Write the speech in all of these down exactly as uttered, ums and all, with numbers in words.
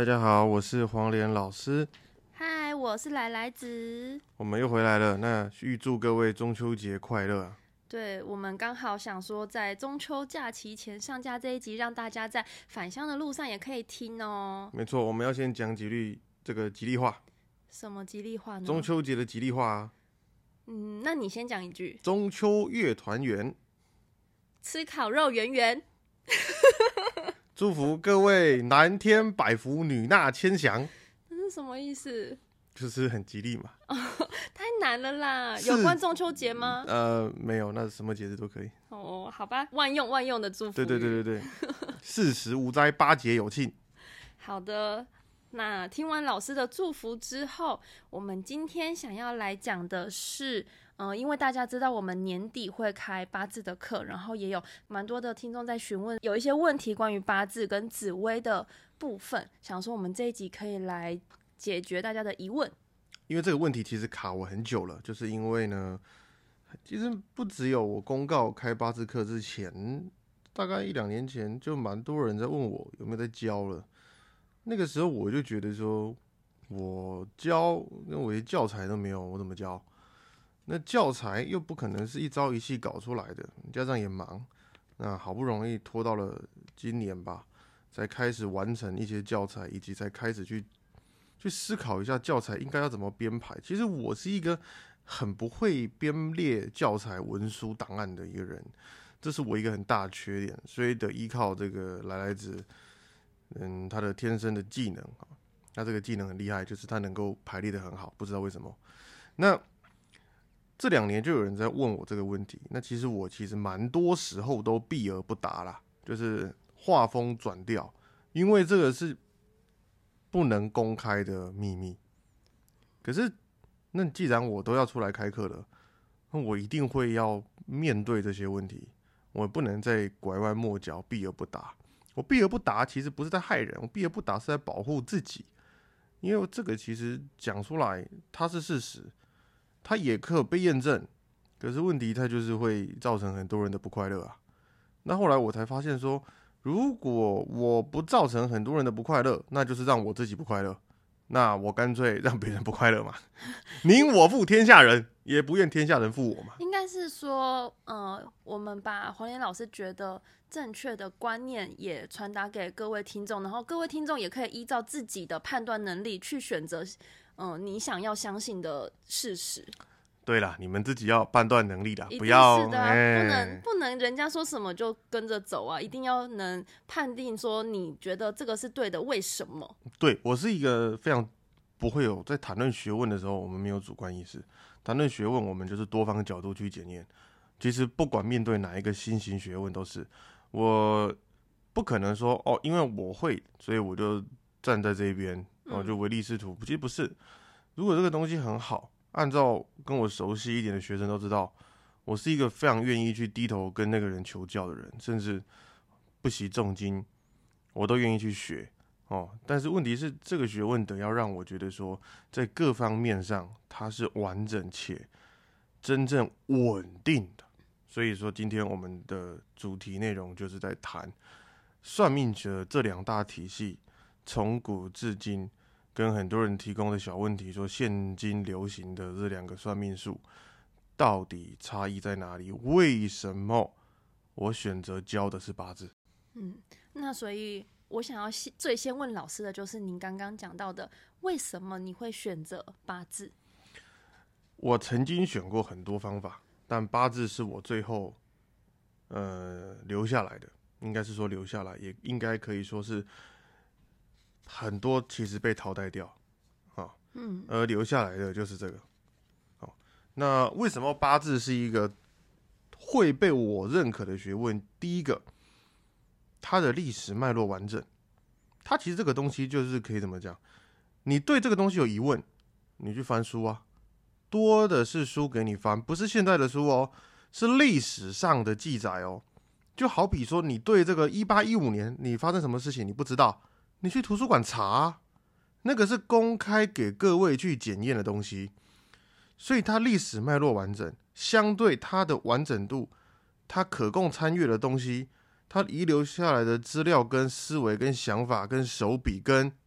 大家好，我是黄连老师。 嗨，我是来来子。 我们又回来了，那预祝各位中秋节快乐啊！ 对，我们刚好想说，在中秋假期前上架这一集，让大家在返乡的路上也可以听哦。 没错，我们要先讲几句这个吉利话。 什么吉利话呢？ 中秋节的吉利话啊。 嗯，那你先讲一句。 中秋月团圆， 吃烤肉圆圆。 祝福各位蓝天百福，女纳千祥。 这是什么意思？ 就是很吉利嘛。 太难了啦！有关中秋节吗？ 呃，没有，那什么节日都可以。 哦，好吧，万用万用的祝福。 对对对对对，四时无灾，八节有庆。 好的，那听完老师的祝福之后，我们今天想要来讲的是，呃，因为大家知道我们年底会开八字的课，然后也有蛮多的听众在询问，有一些问题关于八字跟紫微的部分，想说我们这一集可以来解决大家的疑问。 因为这个问题其实卡我很久了，就是因为呢，其实不只有我公告开八字课之前，大概一两年前就蛮多人在问我有没有在教了。那个时候我就觉得说，我教，那我连教材都没有，我怎么教？那教材又不可能是一朝一夕搞出来的，加上也忙，那好不容易拖到了今年吧，才开始完成一些教材，以及才开始去。去思考一下教材应该要怎么编排。其实我是一个很不会编列教材文书档案的一个人，这是我一个很大的缺点，所以得依靠这个来来子，嗯，他的天生的技能，他这个技能很厉害，就是他能够排列的很好，不知道为什么。那这两年就有人在问我这个问题，那其实我其实蛮多时候都避而不答啦，就是话锋转调，因为这个是不能公开的秘密。可是，那既然我都要出来开课了，那我一定会要面对这些问题，我不能再拐弯抹角、避而不答。我避而不答，其实不是在害人，我避而不答是在保护自己。因为这个其实讲出来，它是事实，它也可被验证。可是问题，它就是会造成很多人的不快乐啊。那后来我才发现说，如果我不造成很多人的不快乐，那就是让我自己不快乐。那我干脆让别人不快乐嘛。宁我负天下人，也不愿天下人负我嘛。 应该是说，呃，我们把黄连老师觉得正确的观念也传达给各位听众，然后各位听众也可以依照自己的判断能力去选择，嗯、呃，你想要相信的事实。 对啦，你们自己要有判断能力啦，不要是的、啊欸、不能不能人家说什么就跟着走啊，一定要能判定说你觉得这个是对的，为什么？ 对，我是一个非常不会有在谈论学问的时候，我们没有主观意识。谈论学问，我们就是多方角度去检验。其实不管面对哪一个新型学问，都是我不可能说哦，因为我会，所以我就站在这边，哦，就唯利是图。其实不是，如果这个东西很好。按照跟我熟悉一点的学生都知道，我是一个非常愿意去低头跟那个人求教的人，甚至不惜重金，我都愿意去学哦。但是问题是，这个学问得要让我觉得说，在各方面上它是完整且真正稳定的。所以说，今天我们的主题内容就是在谈算命学这两大体系，从古至今。跟很多人提供的小问题说，现今流行的这两个算命术到底差异在哪里？为什么我选择教的是八字？ 嗯，那所以我想要最先问老师的就是您刚刚讲到的，为什么你会选择八字？ 我曾经选过很多方法，但八字是我最后呃留下来的，应该是说留下来，也应该可以说是。很多其实被淘汰掉，啊，嗯，而留下来的就是这个，好，那为什么八字是一个会被我认可的学问？第一个，它的历史脉络完整，它其实这个东西就是可以怎么讲？你对这个东西有疑问，你去翻书啊，多的是书给你翻，不是现在的书哦，是历史上的记载哦。就好比说，你对这个一八一五年你发生什么事情你不知道。你去图书馆查、啊，那个是公开给各位去检验的东西，所以它历史脉络完整，相对它的完整度，它可供参阅的东西，它遗留下来的资料跟思维跟想法跟手笔跟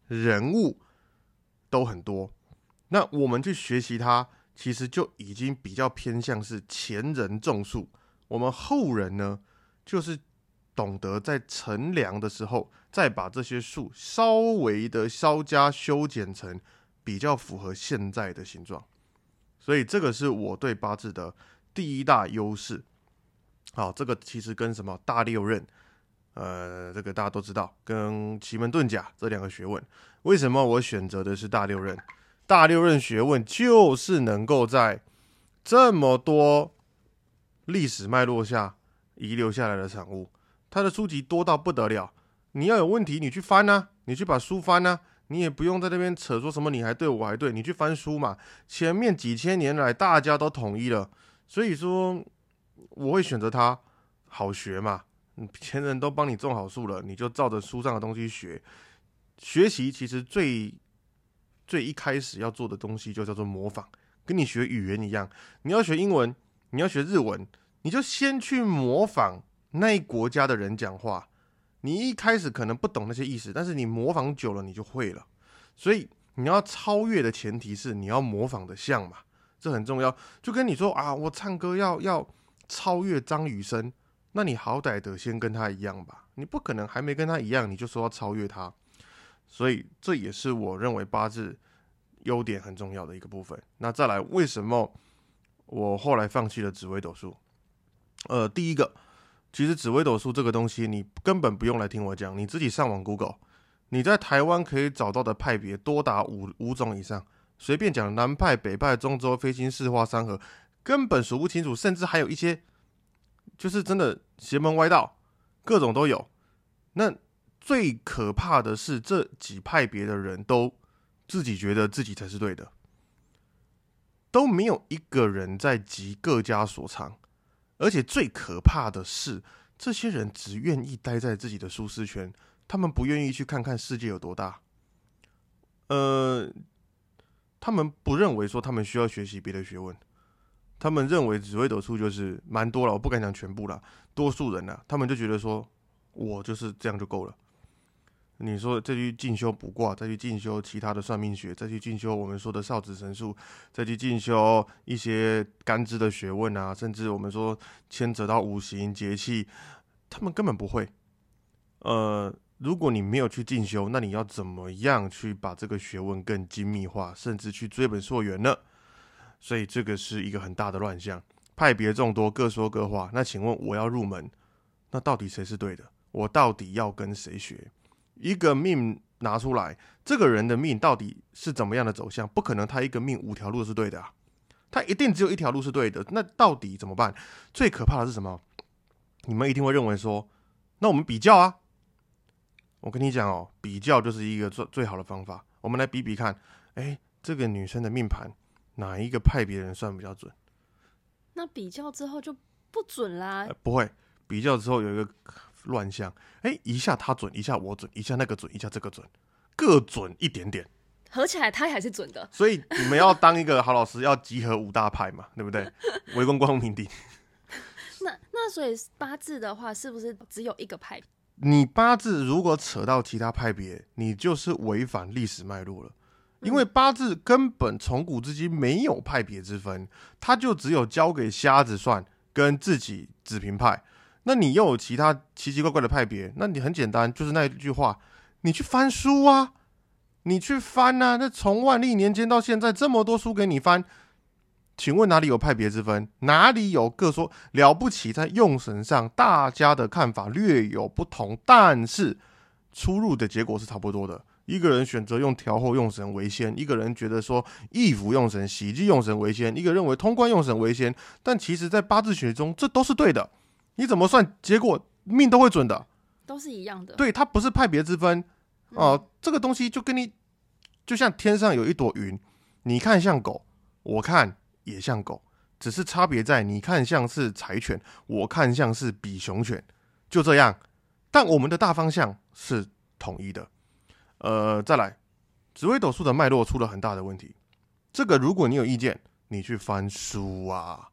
人物都很多。那我们去学习它，其实就已经比较偏向是前人种树，我们后人呢，就是懂得在乘凉的时候，再把这些树稍微的稍加修剪成比较符合现在的形状。所以这个是我对八字的第一大优势。好，这个其实跟什么大六壬，呃，这个大家都知道，跟奇门遁甲这两个学问，为什么我选择的是大六壬？大六壬学问就是能够在这么多历史脉络下遗留下来的产物。它的书籍多到不得了，你要有问题你去翻啊，你去把书翻啊，你也不用在那边扯说什么你还对我还对，你去翻书嘛。前面几千年来大家都统一了，所以说我会选择它，好学嘛。前人都帮你种好树了，你就照着书上的东西学。学习其实最最一开始要做的东西就叫做模仿，跟你学语言一样。你要学英文，你要学日文，你就先去模仿那一国家的人讲话。你一开始可能不懂那些意思，但是你模仿久了你就会了。所以你要超越的前提是你要模仿的像嘛，这很重要。就跟你说啊，我唱歌要要超越张雨生，那你好歹得先跟他一样吧，你不可能还没跟他一样你就说要超越他。所以这也是我认为八字优点很重要的一个部分。那再来，为什么我后来放弃了紫微斗数？呃，第一个，其实紫微斗数这个东西，你根本不用来听我讲，你自己上网 Google， 你在台湾可以找到的派别多达五五种以上，随便讲南派、北派、中州、飞星、四化、三合，根本数不清楚，甚至还有一些就是真的邪门歪道，各种都有。那最可怕的是，这几派别的人都自己觉得自己才是对的，都没有一个人在集各家所长。而且最可怕的是，这些人只愿意待在自己的舒适圈，他们不愿意去看看世界有多大。呃，他们不认为说他们需要学习别的学问，他们认为紫微斗数就是蛮多了，我不敢讲全部了，多数人啊，他们就觉得说我就是这样就够了。你说再去进修卜卦，再去进修其他的算命学，再去进修我们说的少子神术，再去进修一些干支的学问啊，甚至我们说牵扯到五行节气，他们根本不会。呃，如果你没有去进修，那你要怎么样去把这个学问更精密化，甚至去追本溯源呢？所以这个是一个很大的乱象，派别众多，各说各话。那请问我要入门，那到底谁是对的？我到底要跟谁学？一个命拿出来，这个人的命到底是怎么样的走向？不可能他一个命五条路是对的啊，他一定只有一条路是对的。那到底怎么办？最可怕的是什么？你们一定会认为说，那我们比较啊。我跟你讲哦，比较就是一个最最好的方法。我们来比比看，哎，这个女生的命盘哪一个派别的人算比较准？ 那比较之后就不准啦。 呃、不会，比较之后有一个乱象，哎，一下他准，一下我准，一下那个准，一下这个准，各准一点点， 合起来他还是准的。 所以你们要当一个好老师，要集合五大派嘛，对不对？围攻光明顶。 那那所以八字的话，是不是只有一个派别？ 你八字如果扯到其他派别，你就是违反历史脉络了。因为八字根本从古至今没有派别之分，它就只有交给瞎子算跟自己子平派。那你又有其他奇奇怪怪的派别，那你很简单，就是那一句话，你去翻书啊，你去翻啊。那从万历年间到现在这么多书给你翻，请问哪里有派别之分？哪里有各说？了不起在用神上大家的看法略有不同，但是出入的结果是差不多的。一个人选择用调候用神为先，一个人觉得说易服用神、喜忌用神为先，一个认为通关用神为先。但其实在八字学中这都是对的，你怎么算结果命都会准的， 都是一样的。 对，它不是派别之分哦、呃嗯。这个东西就跟你就像天上有一朵云，你看像狗，我看也像狗，只是差别在你看像是柴犬，我看像是比熊犬，就这样。但我们的大方向是统一的。呃，再来，紫微斗数的脉络出了很大的问题。这个如果你有意见，你去翻书啊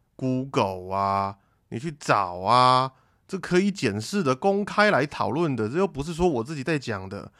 ，Google 啊，你去找啊，这可以检视的，公开来讨论的，这又不是说我自己在讲的。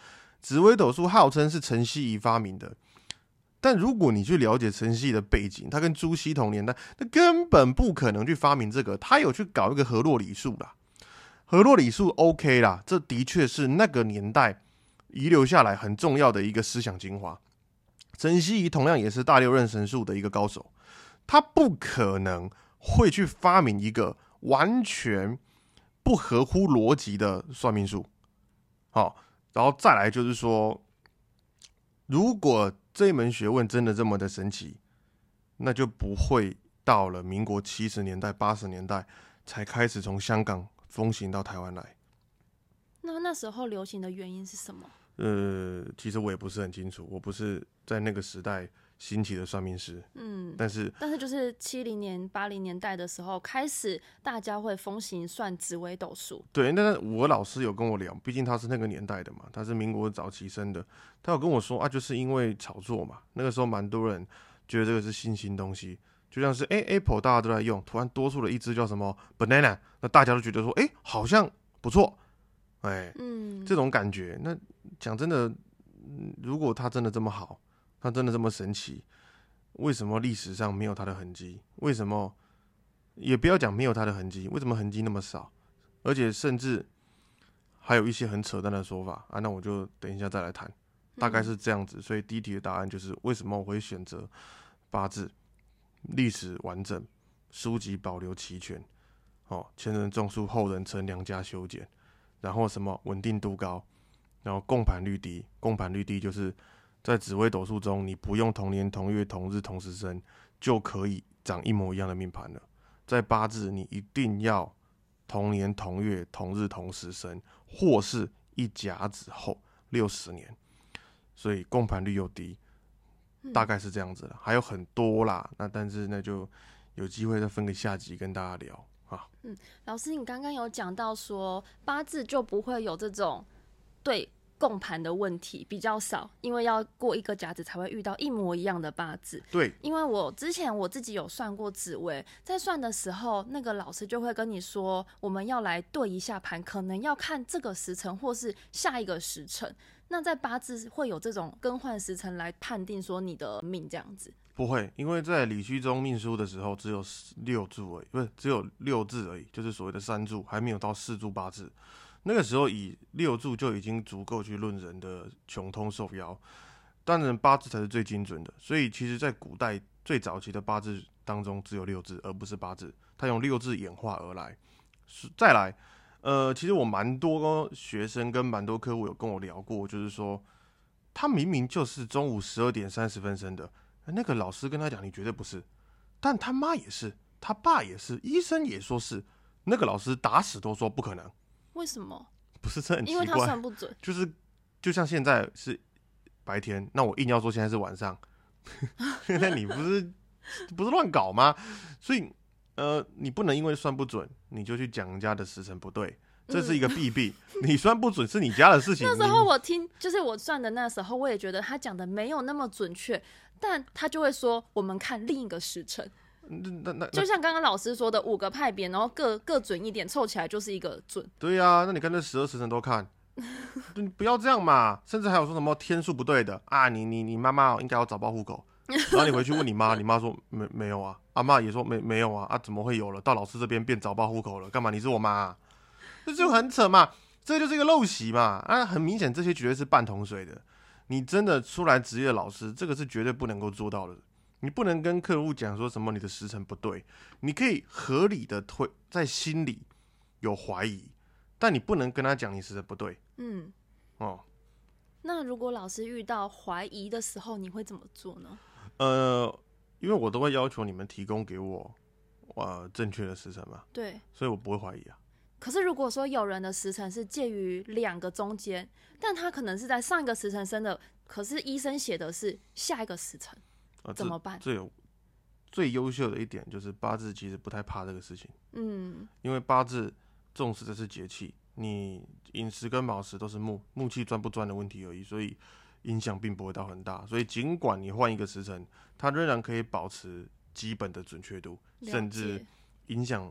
紫微斗数号称是陈希夷发明的，但如果你去了解陈希夷的背景，他跟朱熹同年代，那根本不可能去发明这个。他有去搞一个河洛理数啦，河洛理数 OK 啦，这的确是那个年代遗留下来很重要的一个思想精华。陈希夷同样也是大六壬神术的一个高手，他不可能会去发明一个完全不合乎逻辑的算命术。好，然后再来就是说，如果这一门学问真的这么的神奇，那就不会到了民国七十年代、八十年代才开始从香港风行到台湾来。 那那时候流行的原因是什么？ 呃，其实我也不是很清楚，我不是在那个时代兴起的算命师，嗯，但是但是就是七零年、八零年代的时候，开始大家会风行算紫微斗数。 对，但是我老师有跟我聊，毕竟他是那个年代的嘛，他是民国早期生的，他有跟我说啊，就是因为炒作嘛，那个时候蛮多人觉得这个是新兴东西，就像是哎、欸、Apple 大家都在用，突然多出了一只叫什么 Banana， 那大家都觉得说哎、欸、好像不错，哎、欸，嗯，这种感觉。那讲真的，如果它真的这么好，它真的这么神奇，为什么历史上没有它的痕迹？为什么也不要讲没有它的痕迹？为什么痕迹那么少？而且甚至还有一些很扯淡的说法啊！那我就等一下再来谈，大概是这样子。所以第一题的答案就是为什么我会选择八字，历史完整，书籍保留齐全，哦，前人种树，后人乘良家修剪，然后什么稳定度高。然后共盘率低，共盘率低就是在紫微斗数中，你不用同年同月同日同时生就可以长一模一样的命盘了。在八字，你一定要同年同月同日同时生，或是一甲子后六十年，所以共盘率又低，大概是这样子了。还有很多啦，那但是那就有机会再分个下集跟大家聊啊。 嗯，老师，你刚刚有讲到说八字就不会有这种对共盘的问题比较少，因为要过一个甲子才会遇到一模一样的八字。 对， 因为我之前我自己有算过紫微，在算的时候，那个老师就会跟你说，我们要来对一下盘，可能要看这个时辰或是下一个时辰。那在八字会有这种更换时辰来判定说你的命这样子？ 不会，因为在李虚中命书的时候只有六柱而已，不是只有六字而已，就是所谓的三柱，还没有到四柱八字。那个时候以六柱就已经足够去论人的穷通受邀，当然八字才是最精准的。所以其实在古代最早期的八字当中只有六字，而不是八字，它用六字演化而来。再来，呃，其实我蛮多学生跟蛮多客户有跟我聊过，就是说他明明就是中午十二点三十分生的，那个老师跟他讲你绝对不是，但他妈也是，他爸也是，医生也说是，那个老师打死都说不可能。 为什么？ 不是，这很奇怪， 因为他算不准。 就是就像现在是白天，那我硬要说现在是晚上，那你不是不是乱搞吗？所以呃，你不能因为算不准，你就去讲人家的时辰不对，这是一个弊病。嗯、你算不准是你家的事情。 那时候我听，就是我算的那时候，我也觉得他讲的没有那么准确，但他就会说我们看另一个时辰。 那那就像刚刚老师说的五个派别，然后各各准一点，凑起来就是一个准。 对呀、啊，那你看那十二时辰都看，你不要这样嘛。甚至还有说什么天数不对的啊，你你你妈妈应该要找报户口，然后你回去问你妈，你妈说没没有啊，阿嬷也说没没有啊，啊怎么会有了？到老师这边变找报户口了，干嘛？你是我妈、啊，这就很扯嘛，这就是一个陋习嘛。啊，很明显这些绝对是半桶水的。你真的出来职业老师，这个是绝对不能够做到的。你不能跟客户讲说什么你的时辰不对，你可以合理的推在心里有怀疑，但你不能跟他讲你时辰不对。嗯，哦， 那如果老师遇到怀疑的时候，你会怎么做呢？ 呃，因为我都会要求你们提供给我呃正确的时辰嘛， 对， 所以我不会怀疑啊。 可是如果说有人的时辰是介于两个中间，但他可能是在上一个时辰生的，可是医生写的是下一个时辰。呃、怎么办？ 最有最优秀的一点就是八字其实不太怕这个事情，嗯，因为八字重视的是节气，你寅时跟卯时都是木，木气专不专的问题而已，所以影响并不会到很大。所以尽管你换一个时辰，它仍然可以保持基本的准确度，甚至影响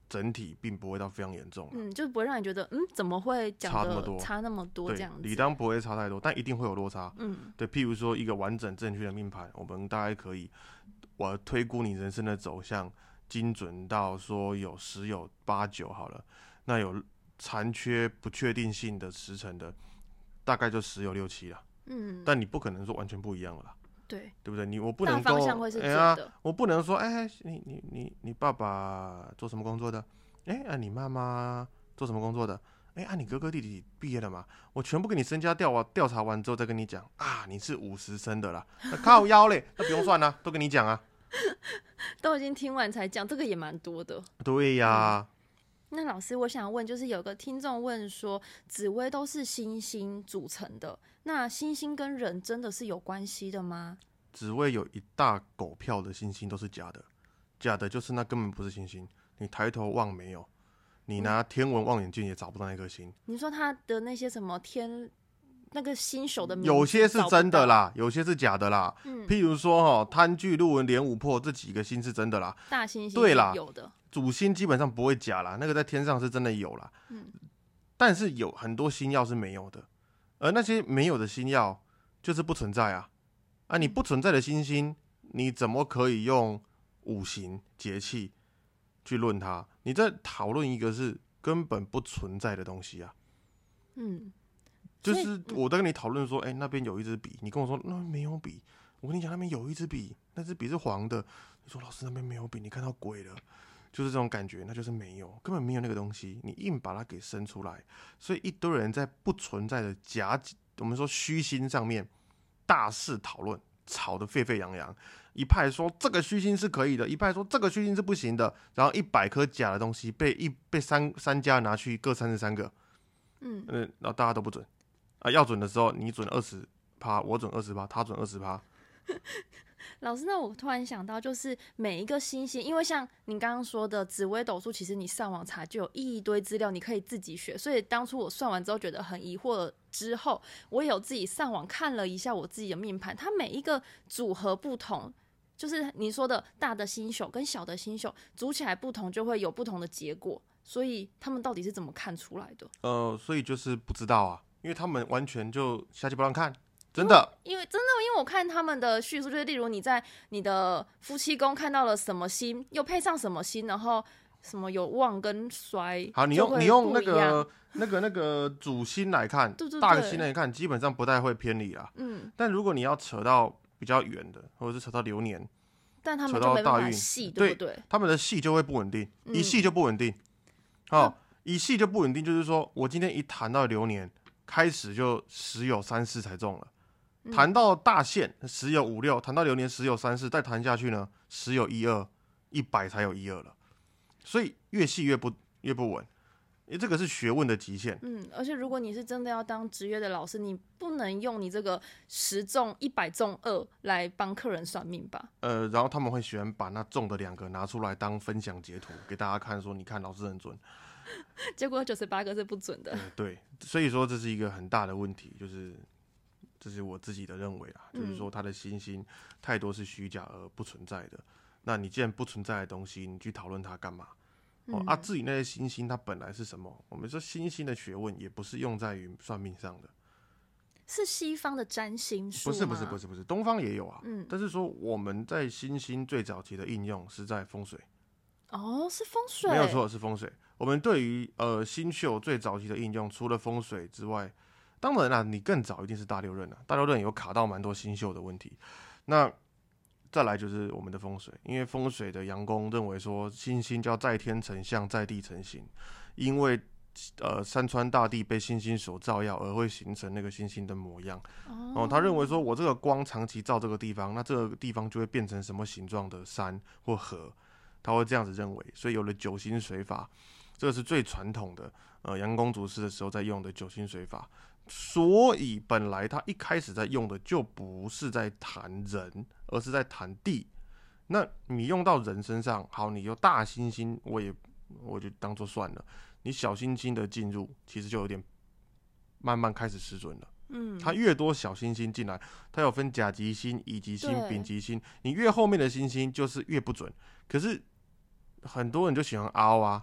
整体并不会到非常严重， 嗯，就不会让你觉得嗯怎么会讲差那么多， 差那么多这样子， 理当不会差太多，但一定会有落差。 嗯， 对，譬如说一个完整正确的命盘，我们大概可以，我推估你人生的走向，精准到说有十有八九好了，那有残缺不确定性的时辰的，大概就十有六七了。嗯，但你不可能说完全不一样了啦。 对， 对不对？你我不能够， 大方向会是准的。 哎呀，我不能说，哎，你你你你爸爸做什么工作的？哎啊，你妈妈做什么工作的？哎啊，你哥哥弟弟毕业了吗？我全部给你身家调调查完之后再跟你讲啊，你是五十生的啦，那靠腰嘞，那不用算啦，都跟你讲啊。 都已经听完才讲，这个也蛮多的。 对呀、啊。 嗯那老师，我想问，就是有个听众问说，紫微都是星星组成的，那星星跟人真的是有关系的吗？ 紫微有一大狗票的星星都是假的，假的就是那根本不是星星，你抬头望没有，你拿天文望远镜也找不到那颗星。 你说他的那些什么天那个星宿的名字， 有些是真的啦，有些是假的啦。 嗯、 譬如说哈、哦，贪巨、陆文、连五破这几个星是真的啦， 大星星对啦， 有的。 主星基本上不会假啦，那个在天上是真的有啦。嗯，但是有很多星曜是没有的，而那些没有的星曜就是不存在啊。啊，你不存在的星星，你怎么可以用五行节气去论它？你在讨论一个是根本不存在的东西啊。嗯，就是我在跟你讨论说，哎、欸，那边有一支笔，你跟我说那没有笔，我跟你讲那边有一支笔，那支笔是黄的，你说老师那边没有笔，你看到鬼了。就是这种感觉，那就是没有，根本没有那个东西，你硬把它给生出来，所以一堆人在不存在的假，我们说虚星上面大肆讨论，吵得沸沸扬扬。一派说这个虚星是可以的，一派说这个虚星是不行的，然后一百颗假的东西被一被三三家拿去各三十三个，嗯嗯，然后大家都不准啊，要准的时候你准二十趴，我准二十趴，他准二十趴。 老师，那我突然想到，就是每一个星星，因为像您刚刚说的紫微斗数，其实你上网查就有一堆资料，你可以自己学。所以当初我算完之后觉得很疑惑了之后，我也有自己上网看了一下我自己的命盘，它每一个组合不同，就是你说的大的星宿跟小的星宿组起来不同，就会有不同的结果。所以他们到底是怎么看出来的？ 呃，所以就是不知道啊，因为他们完全就瞎鸡不让看。真的， 因为真的，因为我看他们的叙述，就是例如你在你的夫妻宫看到了什么星，又配上什么星，然后什么有旺跟衰， 好，你用你用那个那个那个主星来看， 对对对， 大个星来看，基本上不太会偏离啦。嗯，但如果你要扯到比较远的，或者是扯到流年， 但他们就没办法细，对不对？ 他们的细就会不稳定，嗯、一细就不稳定。好、哦，一细就不稳定，就是说我今天一谈到流年，开始就十有三四才中了。谈到大限十有五六，谈到流年十有三四，再谈下去呢，十有一二，一百才有一二了。所以越细越不越不稳，因为这个是学问的极限。 嗯，而且如果你是真的要当职业的老师，你不能用你这个十中一百中二来帮客人算命吧？ 呃，然后他们会喜欢把那中的两个拿出来当分享截图给大家看，说你看老师很准， 结果九十八个是不准的。 嗯。对，所以说这是一个很大的问题，就是。这是我自己的认为啦，就是说它的星星太多是虚假而不存在的。那你既然不存在的东西，你去讨论它干嘛？哦、啊，至于那些星星它本来是什么，我们说星星的学问也不是用在于算命上的， 是西方的占星术吗？ 不是不是不是不是，东方也有啊。嗯，但是说我们在星星最早期的应用是在风水。 哦，是风水， 没有错，是风水。我们对于呃星宿最早期的应用，除了风水之外。当然啦，你更早一定是大六壬啊，大六壬有卡到蛮多星宿的问题。那再来就是我们的风水，因为风水的阳公认为说，星星叫在天成象，在地成形，因为呃山川大地被星星所照耀，而会形成那个星星的模样。哦，他认为说我这个光长期照这个地方，那这个地方就会变成什么形状的山或河，他会这样子认为。所以有了九星水法，这个是最传统的呃阳公祖师的时候在用的九星水法。所以本来他一开始在用的就不是在谈人，而是在谈地。那你用到人身上，好，你有大星星，我也我就当做算了。你小星星的进入，其实就有点慢慢开始失准了。嗯，它越多小星星进来，它有分甲级星、乙级星、丙级星，你越后面的星星就是越不准。可是很多人就喜欢凹啊。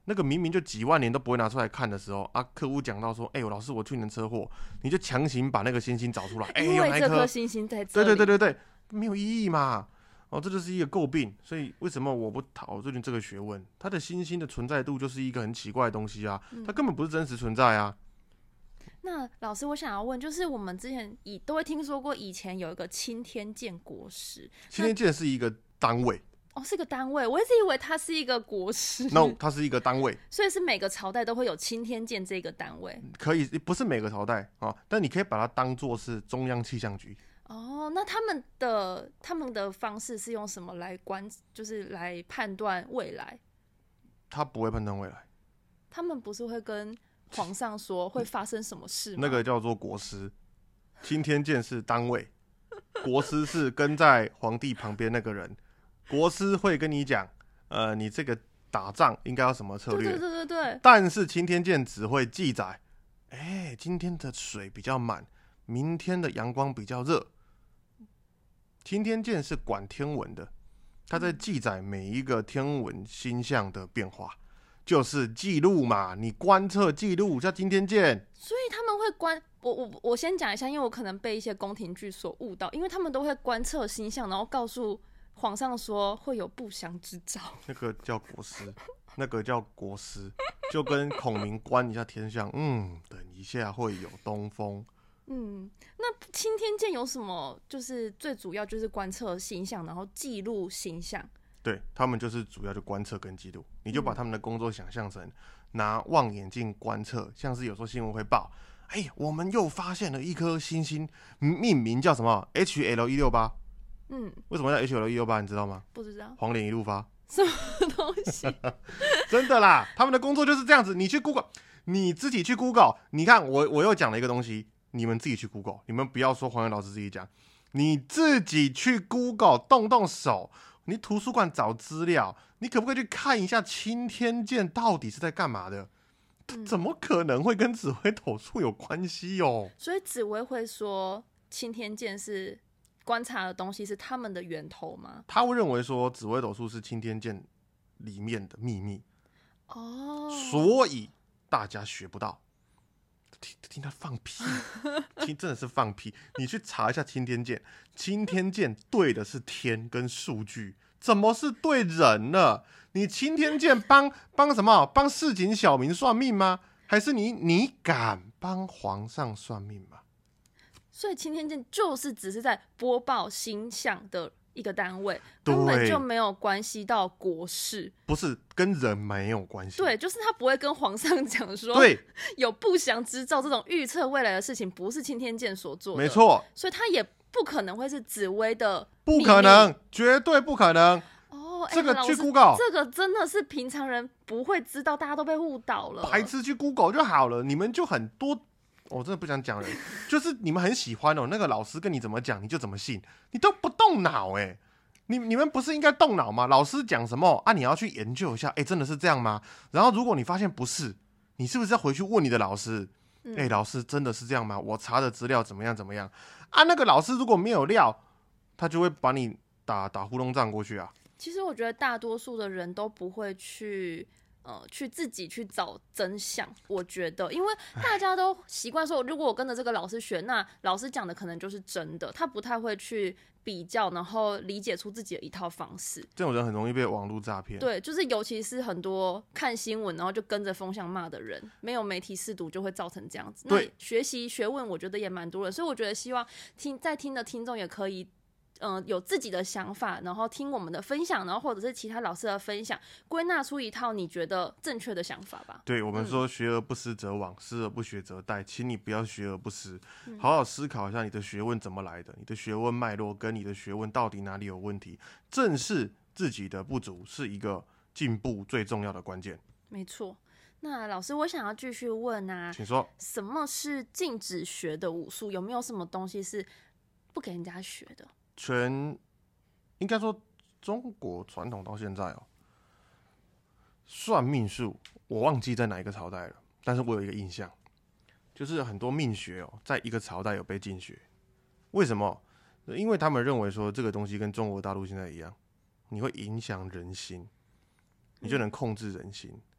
那个明明就几万年都不会拿出来看的时候啊，客户讲到说，哎、欸，老师我去年车祸，你就强行把那个星星找出来，哎、欸， 因为这颗颗星星在这对里， 对对对对，没有意义嘛。哦，这就是一个诟病，所以为什么我不讨论这个学问？它的星星的存在度就是一个很奇怪的东西啊，它根本不是真实存在啊。 那老师，我想要问，就是我们之前以都会听说过，以前有一个钦天监国师， 钦天监是一个单位， 哦，是个单位，我一直以为它是一个国师。 No， 它是一个单位， 所以是每个朝代都会有钦天监这个单位。 可以不是每个朝代啊，但你可以把它当作是中央气象局。 哦，那他们的他们的方式是用什么来观，就是来判断未来？ 他不会判断未来， 他们不是会跟皇上说会发生什么事吗？ 那个叫做国师，钦天监是单位，国师是跟在皇帝旁边那个人。国师会跟你讲，呃，你这个打仗应该要什么策略？ 对对对对对。 但是钦天监只会记载，哎、欸，今天的水比较满，明天的阳光比较热。钦天监是管天文的，他在记载每一个天文星象的变化，就是记录嘛。你观测记录叫钦天监， 所以他们会观我我我先讲一下，因为我可能被一些宫廷剧所误导，因为他们都会观测星象，然后告诉皇上说会有不祥之兆。 那个叫国师，那个叫国师，就跟孔明观一下天象，嗯，等一下会有东风。 嗯，那钦天监有什么？就是最主要就是观测星象，然后记录星象。 对，他们就是主要就观测跟记录，你就把他们的工作想象成拿望远镜观测，像是有时候新闻会报，哎、欸，我们又发现了一颗星星，命名叫什么 H L 一六八。嗯，为什么叫 H L 一六八？你知道吗？ 不知道。 黄脸一路发。 什么东西？ 真的啦，他们的工作就是这样子。你去 Google， 你自己去 Google， 你看我我又讲了一个东西。你们自己去 Google， 你们不要说黄源老师自己讲，你自己去 Google 动动手，你图书馆找资料，你可不可以去看一下钦天监到底是在干嘛的？嗯、怎么可能会跟紫微斗数有关系哦？ 所以紫微会说钦天监是观察的东西是他们的源头吗？ 他会认为说紫微斗数是钦天监里面的秘密哦， 所以大家学不到。听, 听他放屁，听真的是放屁！你去查一下钦天监，钦天监对的是天跟数据，怎么是对人呢？你钦天监帮帮什么？帮市井小民算命吗？还是你你敢帮皇上算命吗？ 所以钦天监就是只是在播报星象的一个单位，根本就没有关系到国事， 不是跟人没有关系。 对，就是他不会跟皇上讲说， 对， 有不祥之兆这种预测未来的事情，不是钦天监所做的， 没错。 所以他也不可能会是紫微的， 不可能，绝对不可能。 哦，欸、 这个去 Google， 这个真的是平常人不会知道，大家都被误导了。 白痴去 Google 就好了，你们就很多。我真的不想讲人，就是你们很喜欢哦，那个老师跟你怎么讲你就怎么信，你都不动脑哎、欸，你你们不是应该动脑吗？老师讲什么啊，你要去研究一下，哎、欸，真的是这样吗？然后如果你发现不是，你是不是要回去问你的老师？哎、欸，老师真的是这样吗？我查的资料怎么样怎么样啊？那个老师如果没有料，他就会把你打打糊弄仗过去啊。 其实我觉得大多数的人都不会去。呃，去自己去找真相，我觉得，因为大家都习惯说，如果我跟着这个老师学，那老师讲的可能就是真的，他不太会去比较，然后理解出自己的一套方式。 这种人很容易被网络诈骗。 对，就是尤其是很多看新闻然后就跟着风向骂的人，没有媒体识读就会造成这样子。 对， 那学习学问，我觉得也蛮多人，所以我觉得希望听在听的听众也可以。嗯、呃，有自己的想法，然后听我们的分享，然后或者是其他老师的分享，归纳出一套你觉得正确的想法吧。 对，我们说学而不思则罔，思而不学则殆，请你不要学而不思，好好思考一下你的学问怎么来的，你的学问脉络跟你的学问到底哪里有问题，正视自己的不足是一个进步最重要的关键。 没错。那老师，我想要继续问啊， 请说， 什么是禁止学的武术？有没有什么东西是不给人家学的？ 全应该说中国传统到现在哦，算命术我忘记在哪一个朝代了，但是我有一个印象，就是很多命学哦，在一个朝代有被禁学。为什么？因为他们认为说这个东西跟中国大陆现在一样，你会影响人心，你就能控制人心。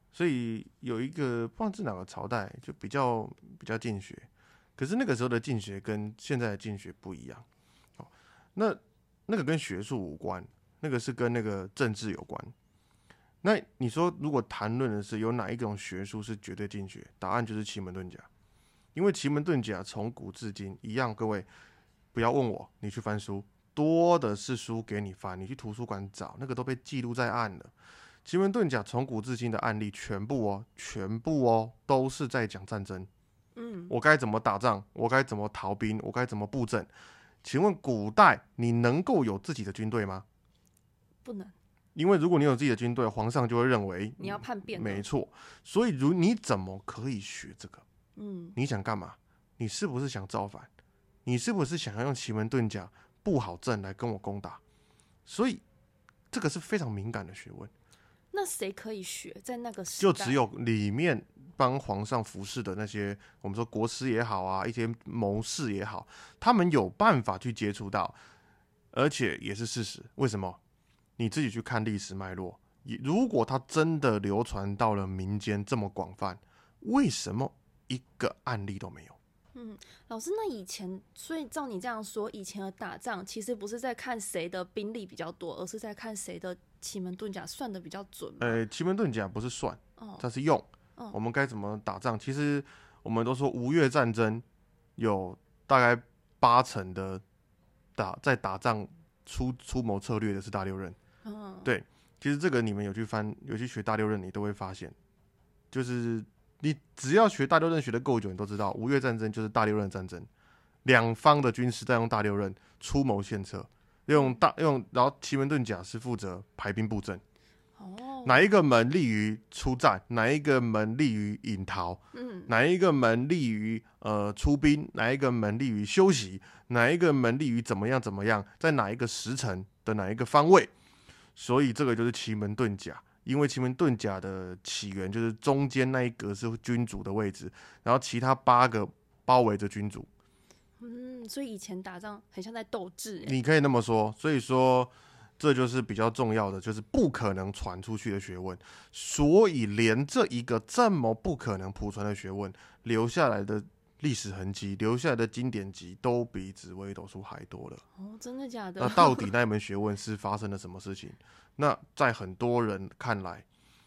所以有一个不知道是哪个朝代就比较比较禁学，可是那个时候的禁学跟现在的禁学不一样。哦，那那个跟学术无关，那个是跟那个政治有关。那你说如果谈论的是有哪一种学术是绝对禁学，答案就是奇门遁甲。因为奇门遁甲从古至今一样，各位不要问我，你去翻书，多的是书给你翻，你去图书馆找，那个都被记录在案了。奇门遁甲从古至今的案例全部哦，全部哦，都是在讲战争。嗯，我该怎么打仗，我该怎么逃兵，我该怎么布阵。请问古代你能够有自己的军队吗？ 不能。 因为如果你有自己的军队，皇上就会认为你要叛变。 没错，所以如你怎么可以学这个？嗯，你想干嘛？你是不是想造反？你是不是想要用奇门遁甲布好阵来跟我攻打？所以这个是非常敏感的学问。 那谁可以学？在那个时代， 就只有里面帮皇上服侍的那些，我们说国师也好啊，一些谋士也好，他们有办法去接触到，而且也是事实。为什么？你自己去看历史脉络，如果它真的流传到了民间这么广泛，为什么一个案例都没有？ 嗯，老师，那以前，所以照你这样说，以前的打仗其实不是在看谁的兵力比较多，而是在看谁的奇门遁甲算的比较准吗？ 呃，奇门遁甲不是算，它是用。哦，我们该怎么打仗？其实我们都说吴越战争有大概八成的打在打仗出出谋策略的是大六壬。嗯，对，其实这个你们有去翻，有去学大六壬，你都会发现，就是你只要学大六壬学的够久，你都知道吴越战争就是大六壬战争，两方的军师在用大六壬出谋献策，用大用，然后奇门遁甲是负责排兵布阵。哦，哪一个门利于出战，哪一个门利于引逃，嗯，哪一个门利于呃出兵，哪一个门利于休息，哪一个门利于怎么样怎么样，在哪一个时辰的哪一个方位，所以这个就是奇门遁甲。因为奇门遁甲的起源就是中间那一格是君主的位置，然后其他八个包围着君主。 嗯，所以以前打仗很像在斗智， 你可以那么说。所以说这就是比较重要的，就是不可能传出去的学问。所以连这一个这么不可能普传的学问，留下来的历史痕迹，留下来的经典集都比紫微斗数还多了。 哦，真的假的？ 那到底那一门学问是发生了什么事情？那在很多人看来，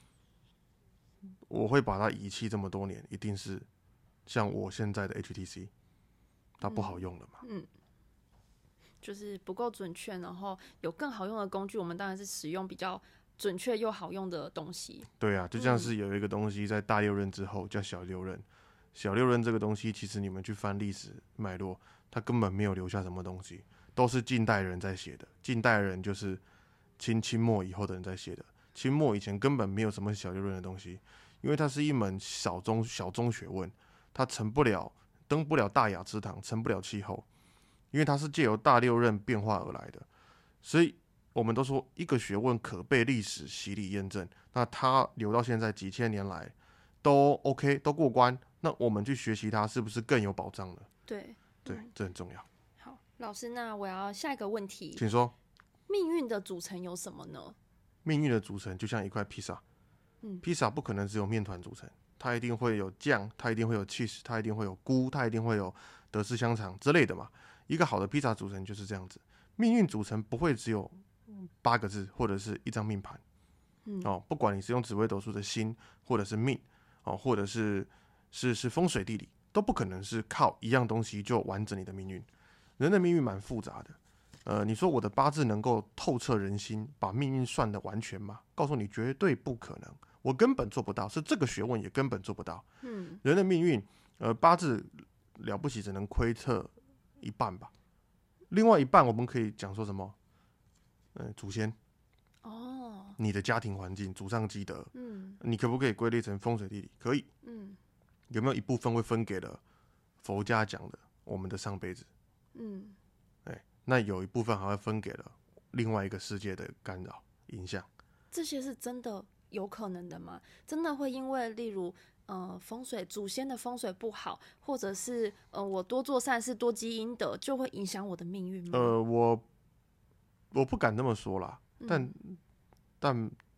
我会把它遗弃这么多年，一定是像我现在的 H T C， 它不好用了嘛？ 嗯，就是不够准确，然后有更好用的工具，我们当然是使用比较准确又好用的东西。 对啊，就像是有一个东西在大六壬之后叫小六壬，小六壬这个东西，其实你们去翻历史脉络，它根本没有留下什么东西，都是近代人在写的。近代人就是清清末以后的人在写的，清末以前根本没有什么小六壬的东西，因为它是一门小中小中学问，它成不了登不了大雅之堂，成不了气候，因为它是借由大六壬变化而来的。所以我们都说一个学问可被历史洗礼验证，那它留到现在几千年来都 OK 都过关，那我们去学习它是不是更有保障呢？ 对对、嗯，这很重要。 好，老师，那我要下一个问题， 请说。 命运的组成有什么呢？ 命运的组成就像一块披萨，嗯，披萨不可能只有面团组成，它一定会有酱，它一定会有 cheese， 它一定会有菇，它一定会有德式香肠之类的嘛。一个好的披萨组成就是这样子。命运组成不会只有八个字或者是一张命盘，嗯哦，不管你是用紫微斗数的星，或者是命，哦，或者是是是风水地理，都不可能是靠一样东西就完整你的命运。人的命运蛮复杂的。呃，你说我的八字能够透彻人心，把命运算得完全吗？告诉你，绝对不可能，我根本做不到，是这个学问也根本做不到。嗯，人的命运，呃，八字了不起只能窥测一半吧，另外一半我们可以讲说什么？呃，祖先，哦，你的家庭环境、祖上积德，嗯，你可不可以归类成风水地理？可以，嗯，有没有一部分会分给了佛家讲的我们的上辈子？嗯。那有一部分还会分给了另外一个世界的干扰影响， 这些是真的有可能的吗？真的会因为例如呃风水祖先的风水不好，或者是呃我多做善事多积阴德，就会影响我的命运吗？ 呃，我我不敢这么说啦，但、嗯、但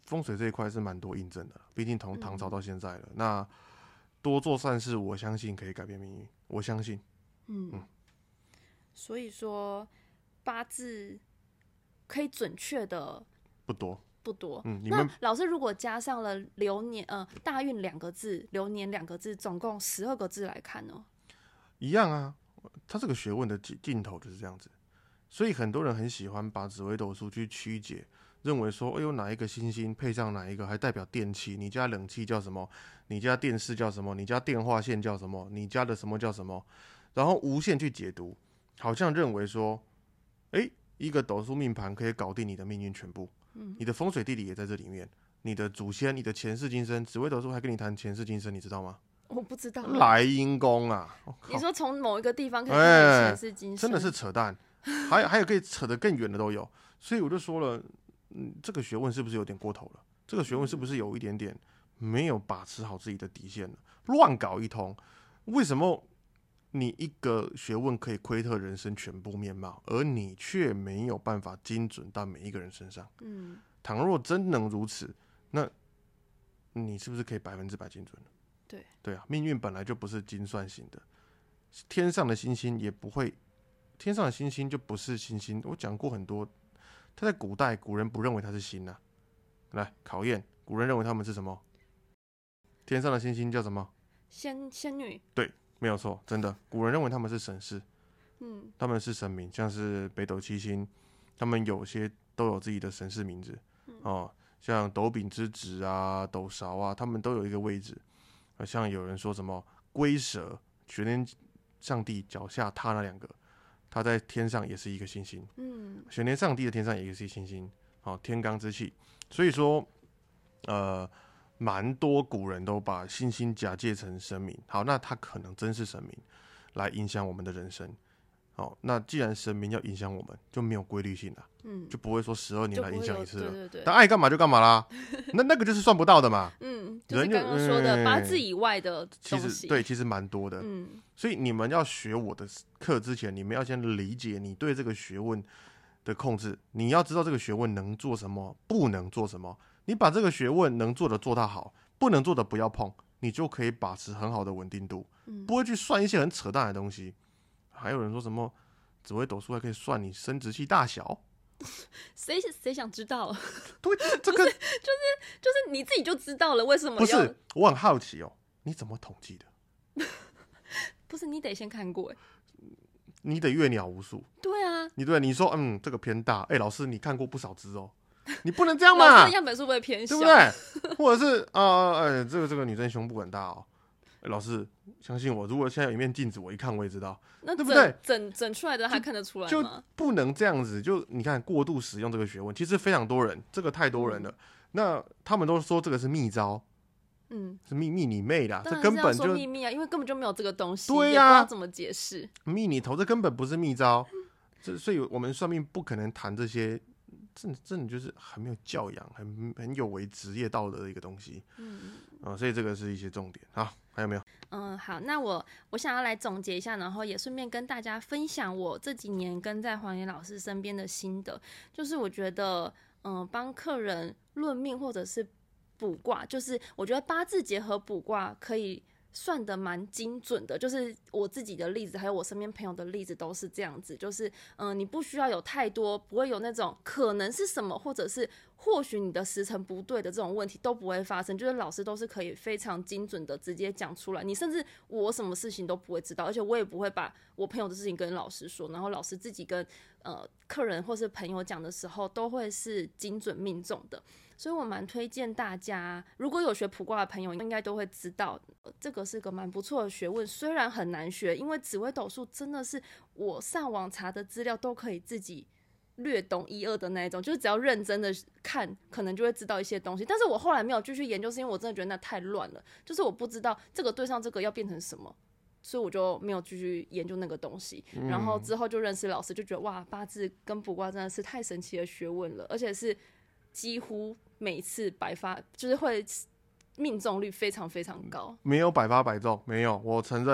风水这一块是蛮多印证的，毕竟从唐朝到现在了。嗯、那多做善事，我相信可以改变命运，我相信。 嗯，嗯所以说八字可以准确的不多。 不多， 嗯， 那老师如果加上了流年，呃，大运两个字，流年两个字，总共十二个字来看呢， 一样啊。它这个学问的尽头就是这样子，所以很多人很喜欢把紫微斗数去曲解，认为说，哎呦，哪一个星星配上哪一个，还代表电器，你家冷气叫什么，你家电视叫什么，你家电话线叫什么，你家的什么叫什么，然后无限去解读，好像认为说，哎，一个斗数命盘可以搞定你的命运全部。嗯、你的风水地理也在这里面，你的祖先、你的前世今生，紫微斗数还跟你谈前世今生，你知道吗？ 我不知道。 来阴宫啊！ 你说从某一个地方可以看前世今生、欸， 真的是扯淡。还有还有可以扯得更远的都有，所以我就说了，嗯，这个学问是不是有点过头了？这个学问是不是有一点点没有把持好自己的底线了？乱搞一通，为什么你一个学问可以窥透人生全部面貌，而你却没有办法精准到每一个人身上？嗯，倘若真能如此，那你是不是可以百分之百精准了？ 对对啊，命运本来就不是精算型的，天上的星星也不会，天上的星星就不是星星。我讲过很多，他在古代古人不认为它是星啊。来考验，古人认为他们是什么？天上的星星叫什么？ 仙仙女。对。 没有错，真的，古人认为他们是神士，嗯，他们是神明，像是北斗七星，他们有些都有自己的神士名字，嗯、哦，像斗柄之子啊、斗勺啊，他们都有一个位置。呃、像有人说什么龟蛇，玄天上帝脚下踏那两个，他在天上也是一个星星，嗯，玄天上帝的天上也是一个星星，哦，天罡之气，所以说，呃。蛮多古人都把星星假借成神明，好，那他可能真是神明来影响我们的人生。好，那既然神明要影响我们，就没有规律性了，嗯，就不会说十二年来影响一次了。对对对，但爱干嘛就干嘛啦，那那个就是算不到的嘛。 嗯，就是刚刚说的八字以外的东西， 其实对，其实蛮多的。嗯，所以你们要学我的课之前，你们要先理解你对这个学问的控制，你要知道这个学问能做什么，不能做什么。你把这个学问能做的做到好，不能做的不要碰，你就可以把持很好的稳定度，嗯、不会去算一些很扯淡的东西。还有人说什么紫微斗数还可以算你生殖器大小， 谁谁想知道？ 对，这个就是就是就是你自己就知道了，为什么要？ 不是，我很好奇哦，你怎么统计的？ 不是，你得先看过哎， 你得阅鸟无数。 对啊， 你对你说嗯这个偏大，哎、欸、老师你看过不少只哦。你不能这样嘛！ 老师的样本数不会偏小， 对不对？或者是啊，哎、呃，这个这个女生胸部很大哦。欸、老师，相信我，如果现在有一面镜子，我一看我也知道， 那对不对？ 整整出来的他看得出来吗？ 就不能这样子。就你看，过度使用这个学问，其实非常多人，这个太多人了。嗯、那他们都说这个是秘招，嗯，是秘密你妹啦，这根本就秘密啊，因为根本就没有这个东西， 对呀、啊，也不知道怎么解释。 秘你头，这根本不是秘招，这所以我们算命不可能谈这些。真的真的就是很没有教养，很很有违职业道德的一个东西，嗯、呃，所以这个是一些重点。好，还有没有？ 嗯，好，那我我想要来总结一下，然后也顺便跟大家分享我这几年跟在黄妍老师身边的心得，就是我觉得，嗯，帮客人论命或者是卜卦，就是我觉得八字结合卜卦可以算得蛮精准的，就是我自己的例子，还有我身边朋友的例子都是这样子，就是嗯、呃，你不需要有太多，不会有那种可能是什么，或者是或许你的时辰不对的这种问题都不会发生，就是老师都是可以非常精准的直接讲出来，你甚至我什么事情都不会知道，而且我也不会把我朋友的事情跟老师说，然后老师自己跟呃客人或是朋友讲的时候，都会是精准命中的。所以我蛮推荐大家，如果有学卜卦的朋友，应该都会知道，呃、这个是个蛮不错的学问。虽然很难学，因为紫微斗数真的是我上网查的资料都可以自己略懂一二的那一种，就是只要认真的看，可能就会知道一些东西。但是我后来没有继续研究，是因为我真的觉得那太乱了，就是我不知道这个对上这个要变成什么。所以我就没有继续研究那个东西，嗯、然后之后就认识老师，就觉得哇，八字跟卜卦真的是太神奇的学问了，而且是几乎每次百发，就是会命中率非常非常高。 没有百发百中，没有，我承认。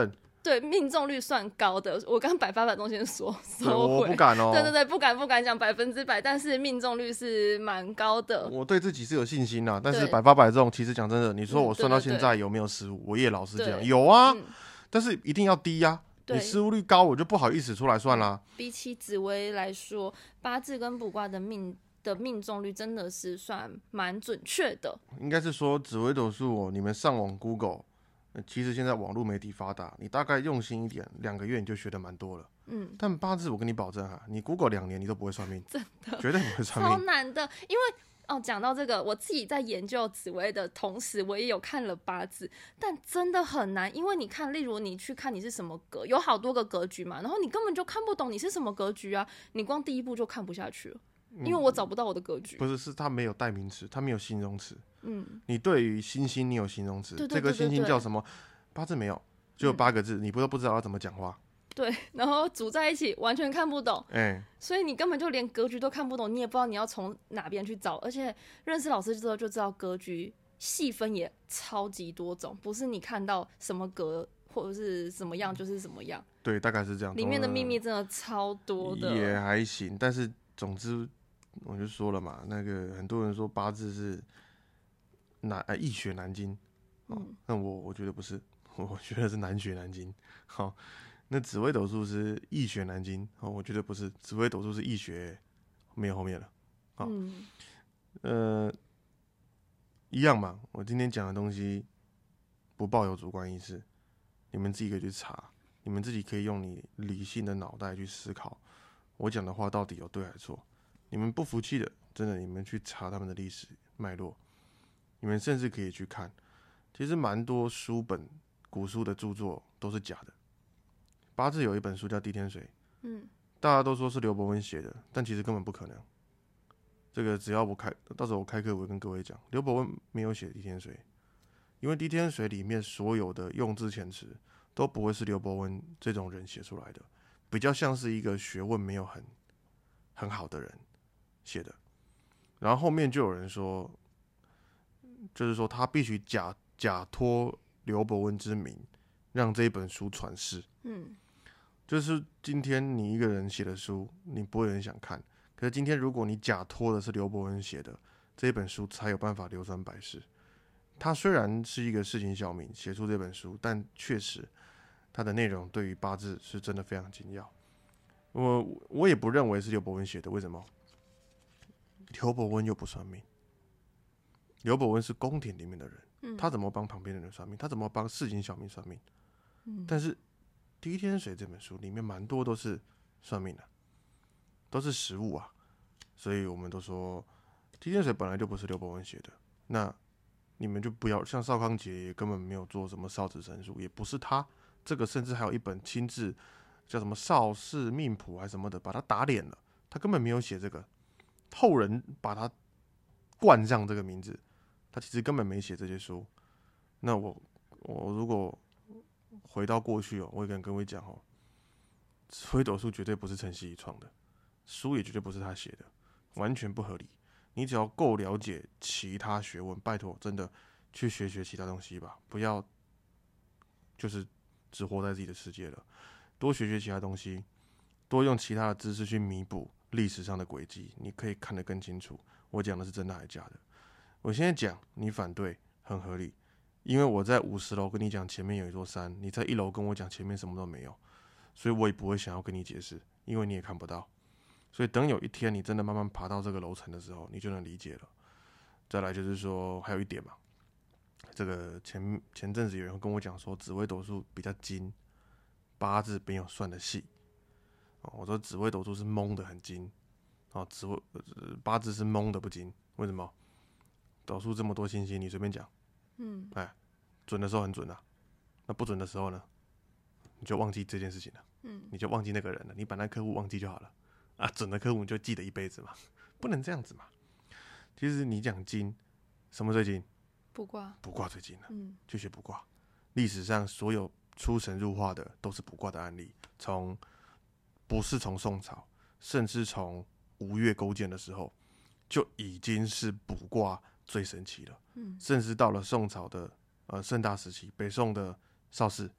对，命中率算高的。我刚百发百中先说收回， 我不敢哦。 对对对，不敢不敢讲百分之百，但是命中率是蛮高的。 我对自己是有信心啦，但是百发百中，其实讲真的，你说我算到现在有没有失误？嗯、我也老实讲，有啊、嗯，但是一定要低呀、啊。你失误率高，我就不好意思出来算啦。 比起紫微来说，八字跟卜卦的命的命中率真的是算蛮准确的。 应该是说紫微斗数哦，你们上网 Google， 其实现在网络媒体发达，你大概用心一点，两个月你就学得蛮多了。嗯，但八字我跟你保证哈，你 Google 两年你都不会算命， 真的绝对不会算命， 超难的，因为。哦，讲到这个，我自己在研究紫微的同时，我也有看了八字，但真的很难，因为你看，例如你去看你是什么格，有好多个格局嘛，然后你根本就看不懂你是什么格局啊，你光第一步就看不下去了，因为我找不到我的格局。 嗯、不是，是他没有代名词，他没有形容词。嗯，你对于星星你有形容词， 对对对对对， 这个星星叫什么？八字没有，只有八个字，嗯、你不都不知道要怎么讲话。 对，然后组在一起完全看不懂，欸、所以你根本就连格局都看不懂，你也不知道你要从哪边去找。而且认识老师之后就知道格局细分也超级多种，不是你看到什么格或者是什么样就是什么样。 对，大概是这样。 里面的秘密真的超多的。 也还行，但是总之我就说了嘛，那个很多人说八字是难呃易学难精，哦、嗯，那我我觉得不是，我觉得是难学难精。好、哦。那紫微斗数是易学难精、哦、我觉得不是，紫微斗数是易学没有后面了、哦嗯、呃，一样嘛。我今天讲的东西不抱有主观意识，你们自己可以去查，你们自己可以用你理性的脑袋去思考，我讲的话到底有对还是错。你们不服气的，真的你们去查他们的历史脉络，你们甚至可以去看，其实蛮多书本古书的著作都是假的。八字有一本书叫《地天水》，嗯，大家都说是刘伯温写的，但其实根本不可能。这个只要我开，到时候我开课我会跟各位讲，刘伯温没有写《地天水》，因为《地天水》里面所有的用字遣词都不会是刘伯温这种人写出来的，比较像是一个学问没有很很好的人写的。然后后面就有人说，就是说他必须假假托刘伯温之名，让这一本书传世。嗯。就是今天你一个人写的书，你不会有人想看。可是今天如果你假托的是刘伯温写的这一本书，才有办法流传百世。他虽然是一个市井小民写出这本书，但确实他的内容对于八字是真的非常精要。我我也不认为是刘伯温写的，为什么？刘伯温又不算命，刘伯温是宫廷里面的人，嗯、他怎么帮旁边的人算命？他怎么帮市井小民算命？嗯、但是。《地天水》这本书里面蛮多都是算命的，都是实物啊，所以我们都说《地天水》本来就不是刘伯温写的。那你们就不要像邵康节也根本没有做什么少子神书，也不是他。这个甚至还有一本亲自叫什么《邵氏命谱》还什么的，把他打脸了。他根本没有写这个，后人把他冠上这个名字，他其实根本没写这些书。那我我如果回到过去哦，我也跟各位讲哦，紫微斗数绝对不是陈希怡创的，书也绝对不是他写的，完全不合理。你只要够了解其他学问，拜托，真的去学学其他东西吧，不要就是只活在自己的世界了，多学学其他东西，多用其他的知识去弥补历史上的轨迹，你可以看得更清楚。我讲的是真的还是假的？我现在讲，你反对很合理。因为我在五十楼跟你讲前面有一座山，你在一楼跟我讲前面什么都没有，所以我也不会想要跟你解释，因为你也看不到。所以等有一天你真的慢慢爬到这个楼层的时候，你就能理解了。再来就是说，还有一点嘛，这个前前阵子有人跟我讲说，紫微斗数比较精，八字没有算的细。哦、我说紫微斗数是蒙的很精，哦，紫微、呃、八字是蒙的不精，为什么？斗数这么多星星，你随便讲。嗯，哎，准的时候很准啊，那不准的时候呢，你就忘记这件事情了，嗯，你就忘记那个人了，你把那客户忘记就好了啊。准的客户你就记得一辈子嘛，不能这样子嘛。其实你讲金，什么最金？ 卜卦， 卜卦最金了，嗯，就学卜卦。历史上所有出神入化的都是卜卦的案例，从不是从宋朝，甚至从吴越勾践的时候，就已经是卜卦最神奇了，嗯，甚至到了宋朝的呃盛大时期，北宋的邵氏，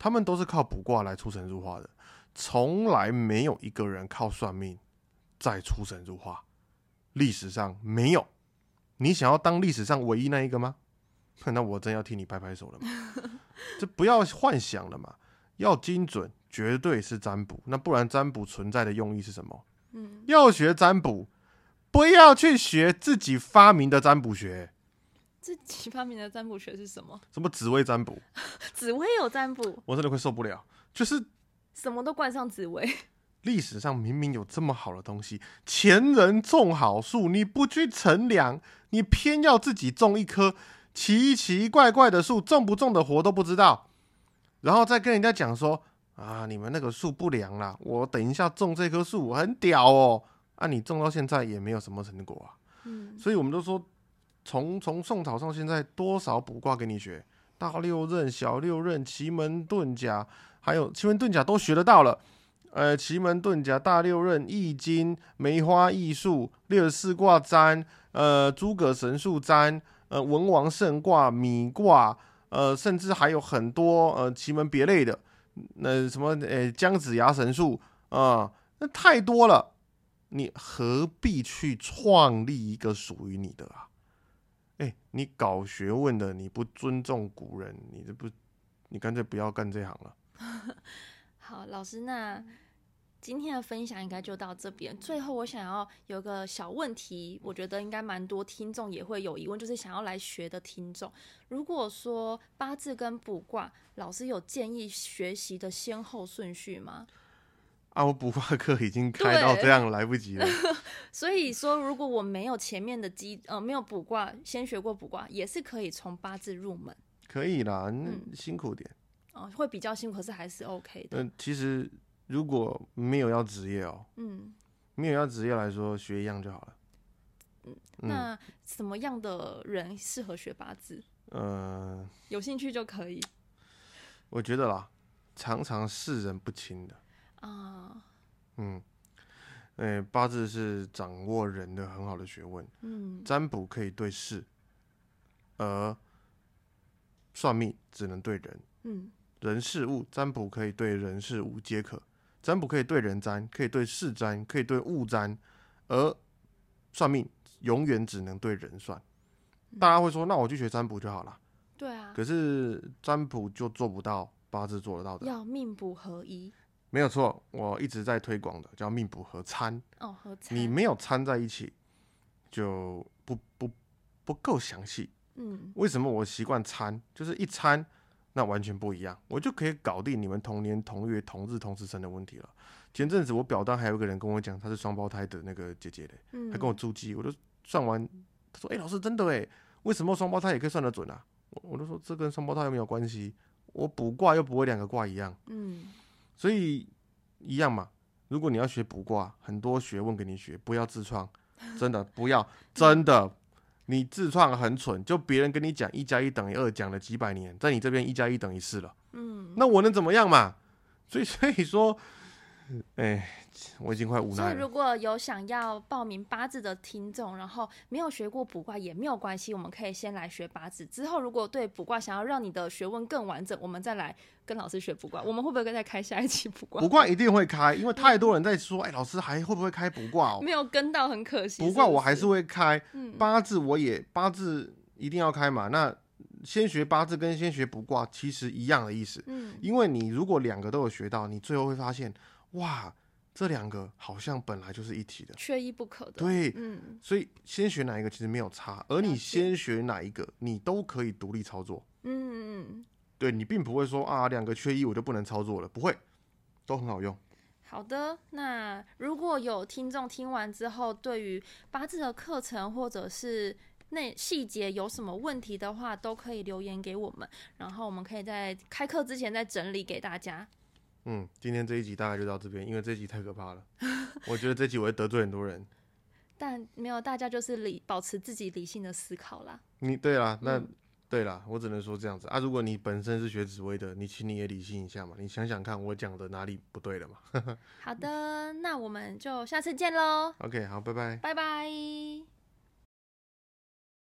他们都是靠卜卦来出神入化的，从来没有一个人靠算命再出神入化，历史上没有。你想要当历史上唯一那一个吗？那我真要替你拍拍手了嘛。这不要幻想了嘛，要精准绝对是占卜，那不然占卜存在的用意是什么？嗯，要学占卜，不要去学自己发明的占卜学。 自己发明的占卜学是什么？ 什么紫微占卜？ 紫微有占卜？ 我真的会受不了，就是什么都冠上紫微。 历史上明明有这么好的东西，前人种好树，你不去乘凉，你偏要自己种一棵奇奇怪怪的树，种不种得活都不知道，然后再跟人家讲说啊，你们那个树不良啦，我等一下种这棵树很屌哦，啊，你种到现在也没有什么成果啊。嗯，所以我们都说。从从宋朝上现在多少卜卦给你学，大六壬、小六壬、奇门遁甲，还有奇门遁甲都学得到了。呃，奇门遁甲、大六壬、易经、梅花易数、六十四卦占、呃诸葛神术占、呃文王圣卦、米卦，呃甚至还有很多呃奇门别类的，那、呃、什么呃姜子牙神术啊、呃，那太多了，你何必去创立一个属于你的啊？欸、你搞学问的，你不尊重古人，你这不，你干脆不要干这行了。 好，老师，那今天的分享应该就到这边。最后，我想要有个小问题，我觉得应该蛮多听众也会有疑问，就是想要来学的听众，如果说八字跟卜卦，老师有建议学习的先后顺序吗？ 啊，我卜卦课已经开到这样，来不及了。 所以说，如果我没有前面的基，呃，没有卜卦，先学过卜卦，也是可以从八字入门。 可以啦，嗯，辛苦点。 哦，会比较辛苦，可是还是 OK 的。 嗯、呃，其实如果没有要职业哦，嗯，没有要职业来说，学一样就好了。 嗯，那什么样的人适合学八字？呃，有兴趣就可以。 我觉得啦，常常世人不清的。啊，嗯，欸，八字是掌握人的很好的学问。嗯，占卜可以对事，而算命只能对人。嗯，人事物占卜可以对人事物皆可，占卜可以对人占，可以对事占，可以对物占，而算命永远只能对人算。大家会说，那我去学占卜就好了。 对啊， 可是占卜就做不到八字做得到的， 要命卜合一。 没有错，我一直在推广的叫命卜合参。 哦，合参。 你没有参在一起，就不不不够详细。嗯，为什么我习惯参？就是一参，那完全不一样，我就可以搞定你们同年同月同日同时生的问题了。前阵子我表单还有一个人跟我讲，他是双胞胎的那个姐姐嘞，嗯，他跟我注记，我就算完，他说：“哎、欸，老师真的哎，为什么双胞胎也可以算得准啊？”我我就说这跟双胞胎有没有关系？我卜卦又不会两个卦一样。嗯。所以一样嘛，如果你要学卜卦，很多学问给你学，不要自创，真的不要，真的，你自创很蠢，就别人跟你讲一加一等于二，讲了几百年，在你这边一加一等于四了，嗯，那我能怎么样嘛？所以所以说，哎，我已经快无奈了。 所以如果有想要报名八字的听众，然后没有学过卜卦也没有关系，我们可以先来学八字。之后如果对卜卦想要让你的学问更完整，我们再来跟老师学卜卦。我们会不会再开下一期卜卦？ 卜卦一定会开，因为太多人在说，哎、欸，老师还会不会开卜卦？ 没有跟到，很可惜。 卜卦我还是会开，嗯、八字我也八字一定要开嘛。那先学八字跟先学卜卦其实一样的意思，嗯，因为你如果两个都有学到，你最后会发现，哇。这两个好像本来就是一体的， 缺一不可的。 对，嗯，所以先学哪一个其实没有差，而你先学哪一个，你都可以独立操作。嗯嗯，对，你并不会说啊，两个缺一我就不能操作了，不会，都很好用。 好的，那如果有听众听完之后，对于八字的课程或者是那细节有什么问题的话，都可以留言给我们，然后我们可以在开课之前再整理给大家。 嗯，今天这一集大概就到这边，因为这一集太可怕了。我觉得这一集我会得罪很多人。 但没有，大家就是理保持自己理性的思考啦。 你对啦，那、嗯、对啦，我只能说这样子啊。如果你本身是学紫微的，你请你也理性一下嘛，你想想看我讲的哪里不对了嘛。 好的，那我们就下次见喽。 OK， 好，拜拜， 拜拜。